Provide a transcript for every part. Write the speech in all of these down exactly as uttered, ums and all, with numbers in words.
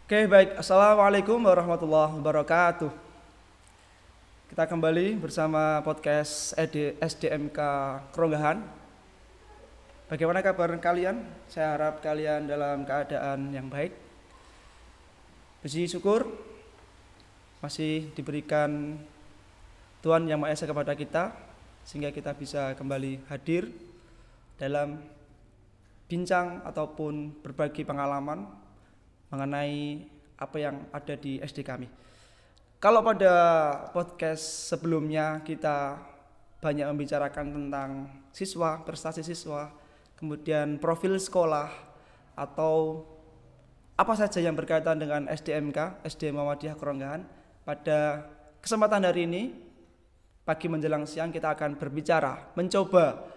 Oke, baik. Assalamualaikum warahmatullahi wabarakatuh. Kita kembali bersama podcast S D M K Keronggahan. Bagaimana kabar kalian? Saya harap kalian dalam keadaan yang baik. Puji syukur masih diberikan Tuhan Yang Maha Esa kepada kita, sehingga kita bisa kembali hadir dalam bincang ataupun berbagi pengalaman mengenai apa yang ada di S D kami. Kalau pada podcast sebelumnya kita banyak membicarakan tentang siswa, prestasi siswa, kemudian profil sekolah atau apa saja yang berkaitan dengan S D M K, S D Muhammadiyah Keronggahan. Pada kesempatan hari ini, pagi menjelang siang kita akan berbicara, mencoba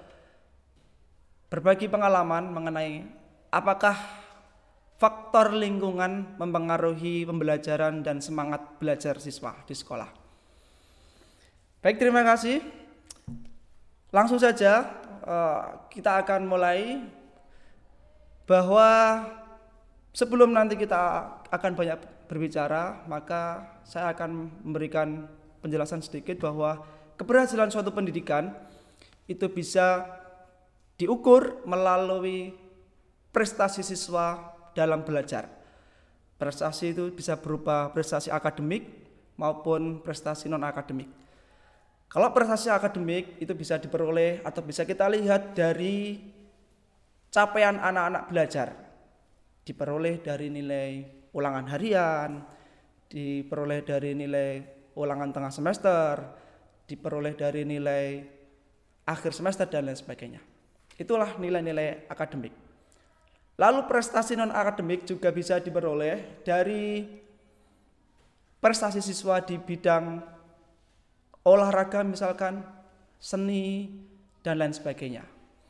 berbagi pengalaman mengenai apakah faktor lingkungan mempengaruhi pembelajaran dan semangat belajar siswa di sekolah. Baik, terima kasih. Langsung saja kita akan mulai, bahwa sebelum nanti kita akan banyak berbicara, maka saya akan memberikan penjelasan sedikit bahwa keberhasilan suatu pendidikan itu bisa diukur melalui prestasi siswa dalam belajar. Prestasi itu bisa berupa prestasi akademik maupun prestasi non akademik. Kalau prestasi akademik itu bisa diperoleh atau bisa kita lihat dari capaian anak-anak belajar. Diperoleh dari nilai ulangan harian, diperoleh dari nilai ulangan tengah semester, diperoleh dari nilai akhir semester dan lain sebagainya. Itulah nilai-nilai akademik. Lalu prestasi non-akademik juga bisa diperoleh dari prestasi siswa di bidang olahraga, misalkan seni dan lain sebagainya.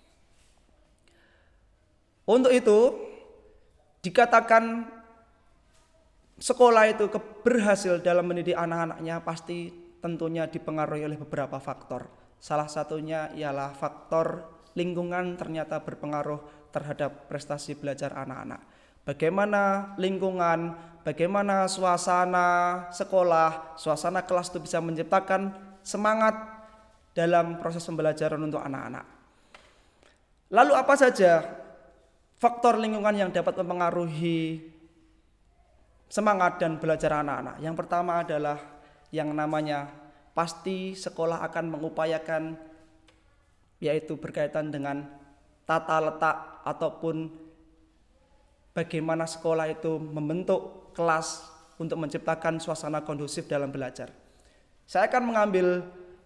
Untuk itu dikatakan sekolah itu berhasil dalam mendidik anak-anaknya pasti tentunya dipengaruhi oleh beberapa faktor. Salah satunya ialah faktor lingkungan ternyata berpengaruh terhadap prestasi belajar anak-anak. Bagaimana lingkungan, bagaimana suasana sekolah, suasana kelas itu bisa menciptakan semangat dalam proses pembelajaran untuk anak-anak. Lalu apa saja faktor lingkungan yang dapat mempengaruhi semangat dan belajar anak-anak? Yang pertama adalah yang namanya pasti sekolah akan mengupayakan, yaitu berkaitan dengan tata letak ataupun bagaimana sekolah itu membentuk kelas untuk menciptakan suasana kondusif dalam belajar. Saya akan mengambil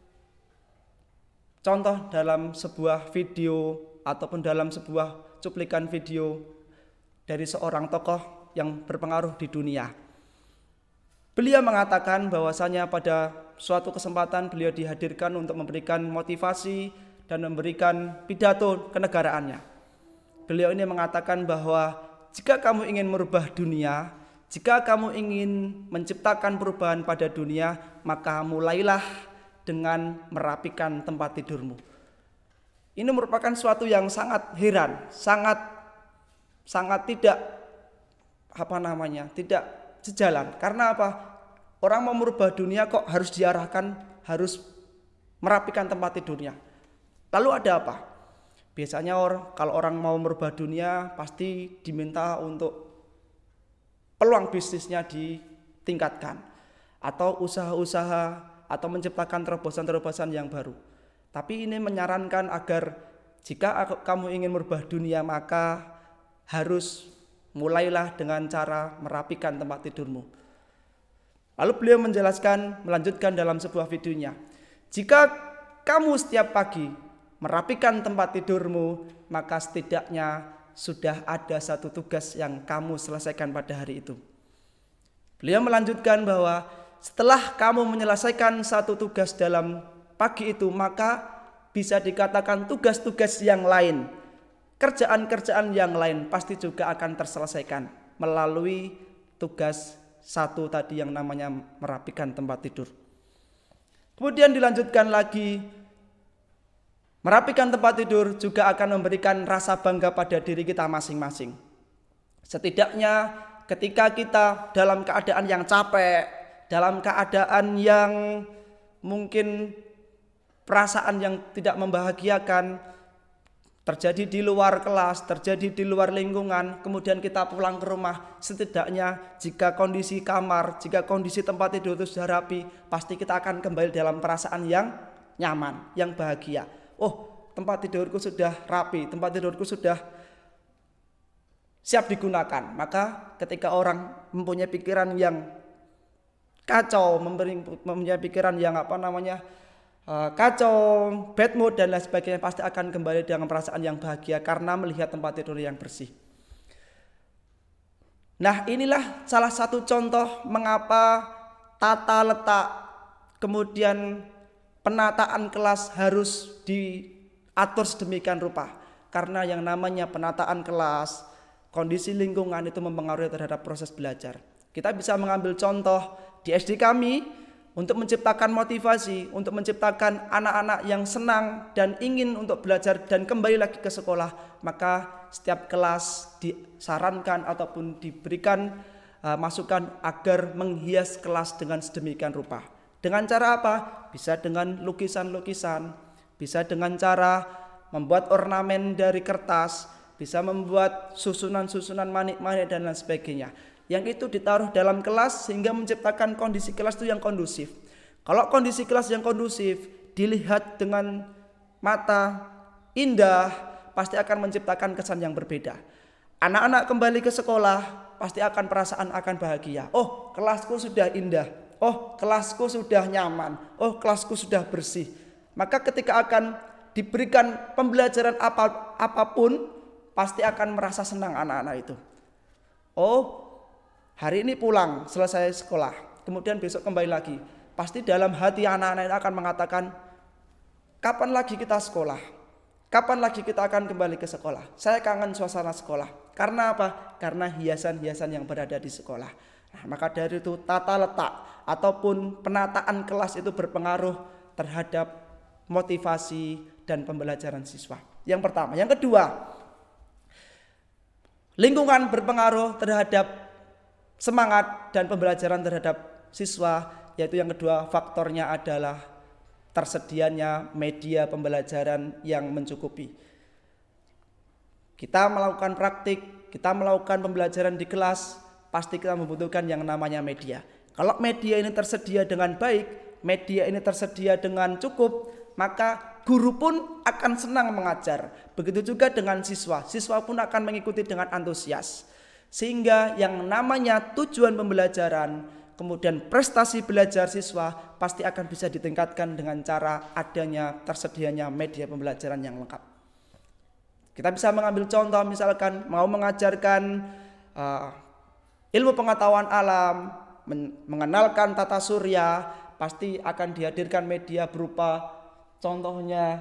contoh dalam sebuah video ataupun dalam sebuah cuplikan video dari seorang tokoh yang berpengaruh di dunia. Beliau mengatakan bahwasanya pada suatu kesempatan beliau dihadirkan untuk memberikan motivasi dan memberikan pidato kenegaraannya. Beliau ini mengatakan bahwa jika kamu ingin merubah dunia, jika kamu ingin menciptakan perubahan pada dunia, maka mulailah dengan merapikan tempat tidurmu. Ini merupakan suatu yang sangat heran, sangat sangat tidak apa namanya, tidak sejalan. Karena apa? Orang mau merubah dunia kok harus diarahkan, harus merapikan tempat tidurnya. Lalu ada apa? Biasanya orang, kalau orang mau merubah dunia pasti diminta untuk peluang bisnisnya ditingkatkan, atau usaha-usaha, atau menciptakan terobosan-terobosan yang baru. Tapi ini menyarankan agar jika kamu ingin merubah dunia, maka harus mulailah dengan cara merapikan tempat tidurmu. Lalu beliau menjelaskan, melanjutkan dalam sebuah videonya, jika kamu setiap pagi merapikan tempat tidurmu, maka setidaknya sudah ada satu tugas yang kamu selesaikan pada hari itu. Beliau melanjutkan bahwa setelah kamu menyelesaikan satu tugas dalam pagi itu, maka bisa dikatakan tugas-tugas yang lain, kerjaan-kerjaan yang lain pasti juga akan terselesaikan melalui tugas satu tadi yang namanya merapikan tempat tidur. Kemudian dilanjutkan lagi, merapikan tempat tidur juga akan memberikan rasa bangga pada diri kita masing-masing. Setidaknya ketika kita dalam keadaan yang capek, dalam keadaan yang mungkin perasaan yang tidak membahagiakan terjadi di luar kelas, terjadi di luar lingkungan, kemudian kita pulang ke rumah, setidaknya jika kondisi kamar, jika kondisi tempat tidur itu sudah rapi, pasti kita akan kembali dalam perasaan yang nyaman, yang bahagia. Oh, tempat tidurku sudah rapi, tempat tidurku sudah siap digunakan. Maka ketika orang mempunyai pikiran yang kacau, mempunyai pikiran yang apa namanya kacau, bad mood dan lain sebagainya, pasti akan kembali dengan perasaan yang bahagia karena melihat tempat tidur yang bersih. Nah, inilah salah satu contoh mengapa tata letak kemudian penataan kelas harus diatur sedemikian rupa. Karena yang namanya penataan kelas, kondisi lingkungan itu mempengaruhi terhadap proses belajar. Kita bisa mengambil contoh di S D kami, untuk menciptakan motivasi, untuk menciptakan anak-anak yang senang dan ingin untuk belajar dan kembali lagi ke sekolah, maka setiap kelas disarankan ataupun diberikan uh, masukan agar menghias kelas dengan sedemikian rupa. Dengan cara apa? Bisa dengan lukisan-lukisan, bisa dengan cara membuat ornamen dari kertas, bisa membuat susunan-susunan manik-manik dan lain sebagainya. Yang itu ditaruh dalam kelas sehingga menciptakan kondisi kelas itu yang kondusif. Kalau kondisi kelas yang kondusif dilihat dengan mata indah, pasti akan menciptakan kesan yang berbeda. Anak-anak kembali ke sekolah pasti akan perasaan akan bahagia. Oh, kelasku sudah indah. Oh, kelasku sudah nyaman. Oh, kelasku sudah bersih. Maka ketika akan diberikan pembelajaran apa, apapun, pasti akan merasa senang anak-anak itu. Oh, hari ini pulang selesai sekolah, kemudian besok kembali lagi. Pasti dalam hati anak-anak akan mengatakan, kapan lagi kita sekolah? Kapan lagi kita akan kembali ke sekolah? Saya kangen suasana sekolah. Karena apa? Karena hiasan-hiasan yang berada di sekolah. Nah, maka dari itu tata letak ataupun penataan kelas itu berpengaruh terhadap motivasi dan pembelajaran siswa. Yang pertama. Yang kedua, lingkungan berpengaruh terhadap semangat dan pembelajaran terhadap siswa, yaitu yang kedua faktornya adalah tersedianya media pembelajaran yang mencukupi. Kita melakukan praktik, kita melakukan pembelajaran di kelas, pasti kita membutuhkan yang namanya media. Kalau media ini tersedia dengan baik, media ini tersedia dengan cukup, maka guru pun akan senang mengajar. Begitu juga dengan siswa, siswa pun akan mengikuti dengan antusias. Sehingga yang namanya tujuan pembelajaran, kemudian prestasi belajar siswa pasti akan bisa ditingkatkan dengan cara adanya tersedianya media pembelajaran yang lengkap. Kita bisa mengambil contoh misalkan mau mengajarkan uh, ilmu pengetahuan alam, men- mengenalkan tata surya, pasti akan dihadirkan media berupa contohnya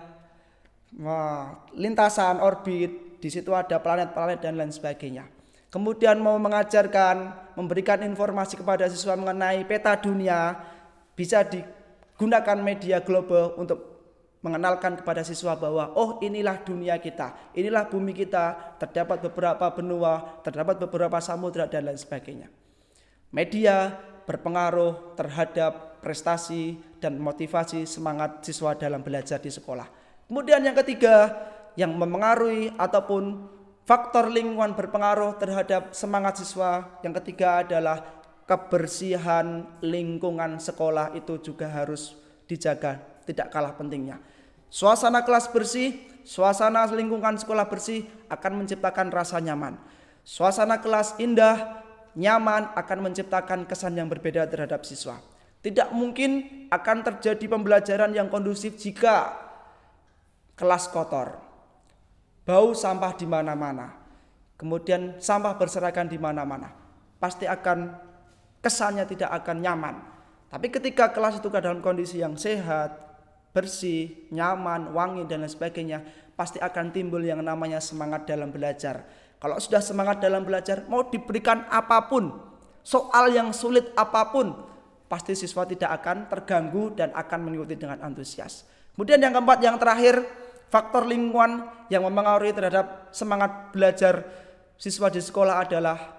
uh, lintasan orbit, di situ ada planet-planet dan lain sebagainya. Kemudian mau mengajarkan, memberikan informasi kepada siswa mengenai peta dunia, bisa digunakan media global untuk mengenalkan kepada siswa bahwa oh inilah dunia kita, inilah bumi kita, terdapat beberapa benua, terdapat beberapa samudra dan lain sebagainya. Media berpengaruh terhadap prestasi dan motivasi semangat siswa dalam belajar di sekolah. Kemudian yang ketiga yang mempengaruhi ataupun faktor lingkungan berpengaruh terhadap semangat siswa. Yang ketiga adalah kebersihan lingkungan sekolah itu juga harus dijaga, tidak kalah pentingnya. Suasana kelas bersih, suasana lingkungan sekolah bersih akan menciptakan rasa nyaman. Suasana kelas indah, nyaman akan menciptakan kesan yang berbeda terhadap siswa. Tidak mungkin akan terjadi pembelajaran yang kondusif jika kelas kotor. Bau sampah di mana-mana, kemudian sampah berserakan di mana-mana, pasti akan kesannya tidak akan nyaman. Tapi ketika kelas itu dalam kondisi yang sehat, bersih, nyaman, wangi dan lain sebagainya, pasti akan timbul yang namanya semangat dalam belajar. Kalau sudah semangat dalam belajar, mau diberikan apapun, soal yang sulit apapun, pasti siswa tidak akan terganggu dan akan mengikuti dengan antusias. Kemudian yang keempat, yang terakhir, faktor lingkungan yang mempengaruhi terhadap semangat belajar siswa di sekolah adalah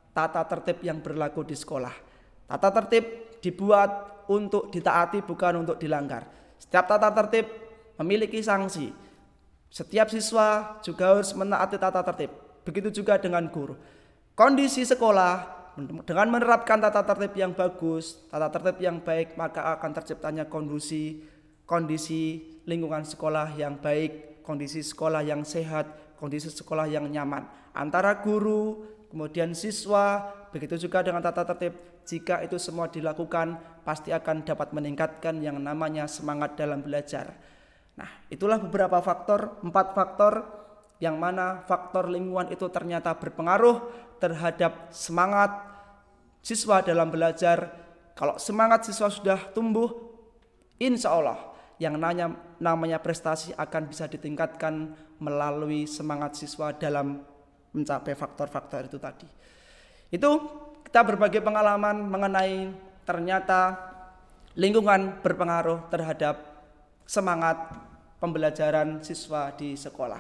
tata tertib yang berlaku di sekolah. Tata tertib dibuat untuk ditaati, bukan untuk dilanggar. Setiap tata tertib memiliki sanksi. Setiap siswa juga harus menaati tata tertib. Begitu juga dengan guru. Kondisi sekolah dengan menerapkan tata tertib yang bagus, tata tertib yang baik, maka akan terciptanya kondisi kondisi lingkungan sekolah yang baik, kondisi sekolah yang sehat, kondisi sekolah yang nyaman antara guru, kemudian siswa. Begitu juga dengan tata tertib. Jika itu semua dilakukan, pasti akan dapat meningkatkan yang namanya semangat dalam belajar. Nah, itulah beberapa faktor, empat faktor yang mana faktor lingkungan itu ternyata berpengaruh terhadap semangat siswa dalam belajar. Kalau semangat siswa sudah tumbuh, insya Allah yang namanya, namanya prestasi akan bisa ditingkatkan melalui semangat siswa dalam mencapai faktor-faktor itu tadi. Itu kita berbagi pengalaman mengenai ternyata lingkungan berpengaruh terhadap semangat pembelajaran siswa di sekolah.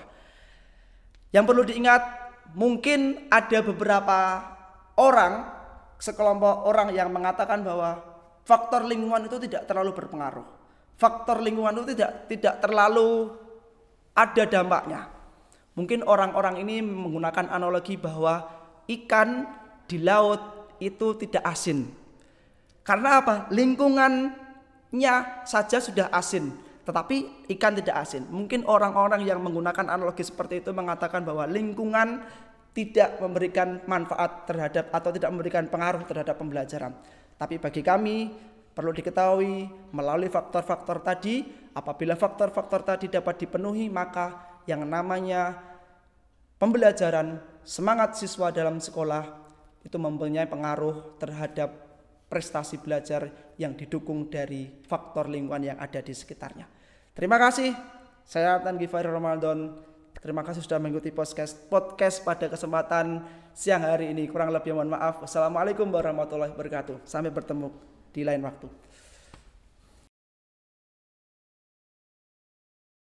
Yang perlu diingat, mungkin ada beberapa orang, sekelompok orang yang mengatakan bahwa faktor lingkungan itu tidak terlalu berpengaruh. Faktor lingkungan itu tidak tidak terlalu ada dampaknya. Mungkin orang-orang ini menggunakan analogi bahwa ikan di laut itu tidak asin. Karena apa? Lingkungannya saja sudah asin, tetapi ikan tidak asin. Mungkin orang-orang yang menggunakan analogi seperti itu mengatakan bahwa lingkungan tidak memberikan manfaat terhadap atau tidak memberikan pengaruh terhadap pembelajaran. Tapi bagi kami perlu diketahui melalui faktor-faktor tadi, apabila faktor-faktor tadi dapat dipenuhi, maka yang namanya pembelajaran, semangat siswa dalam sekolah itu mempunyai pengaruh terhadap prestasi belajar yang didukung dari faktor lingkungan yang ada di sekitarnya. Terima kasih. Saya Tan Givari Ramadan. Terima kasih sudah mengikuti podcast podcast pada kesempatan siang hari ini. Kurang lebih mohon maaf. Wassalamualaikum warahmatullahi wabarakatuh. Sampai bertemu di lain waktu.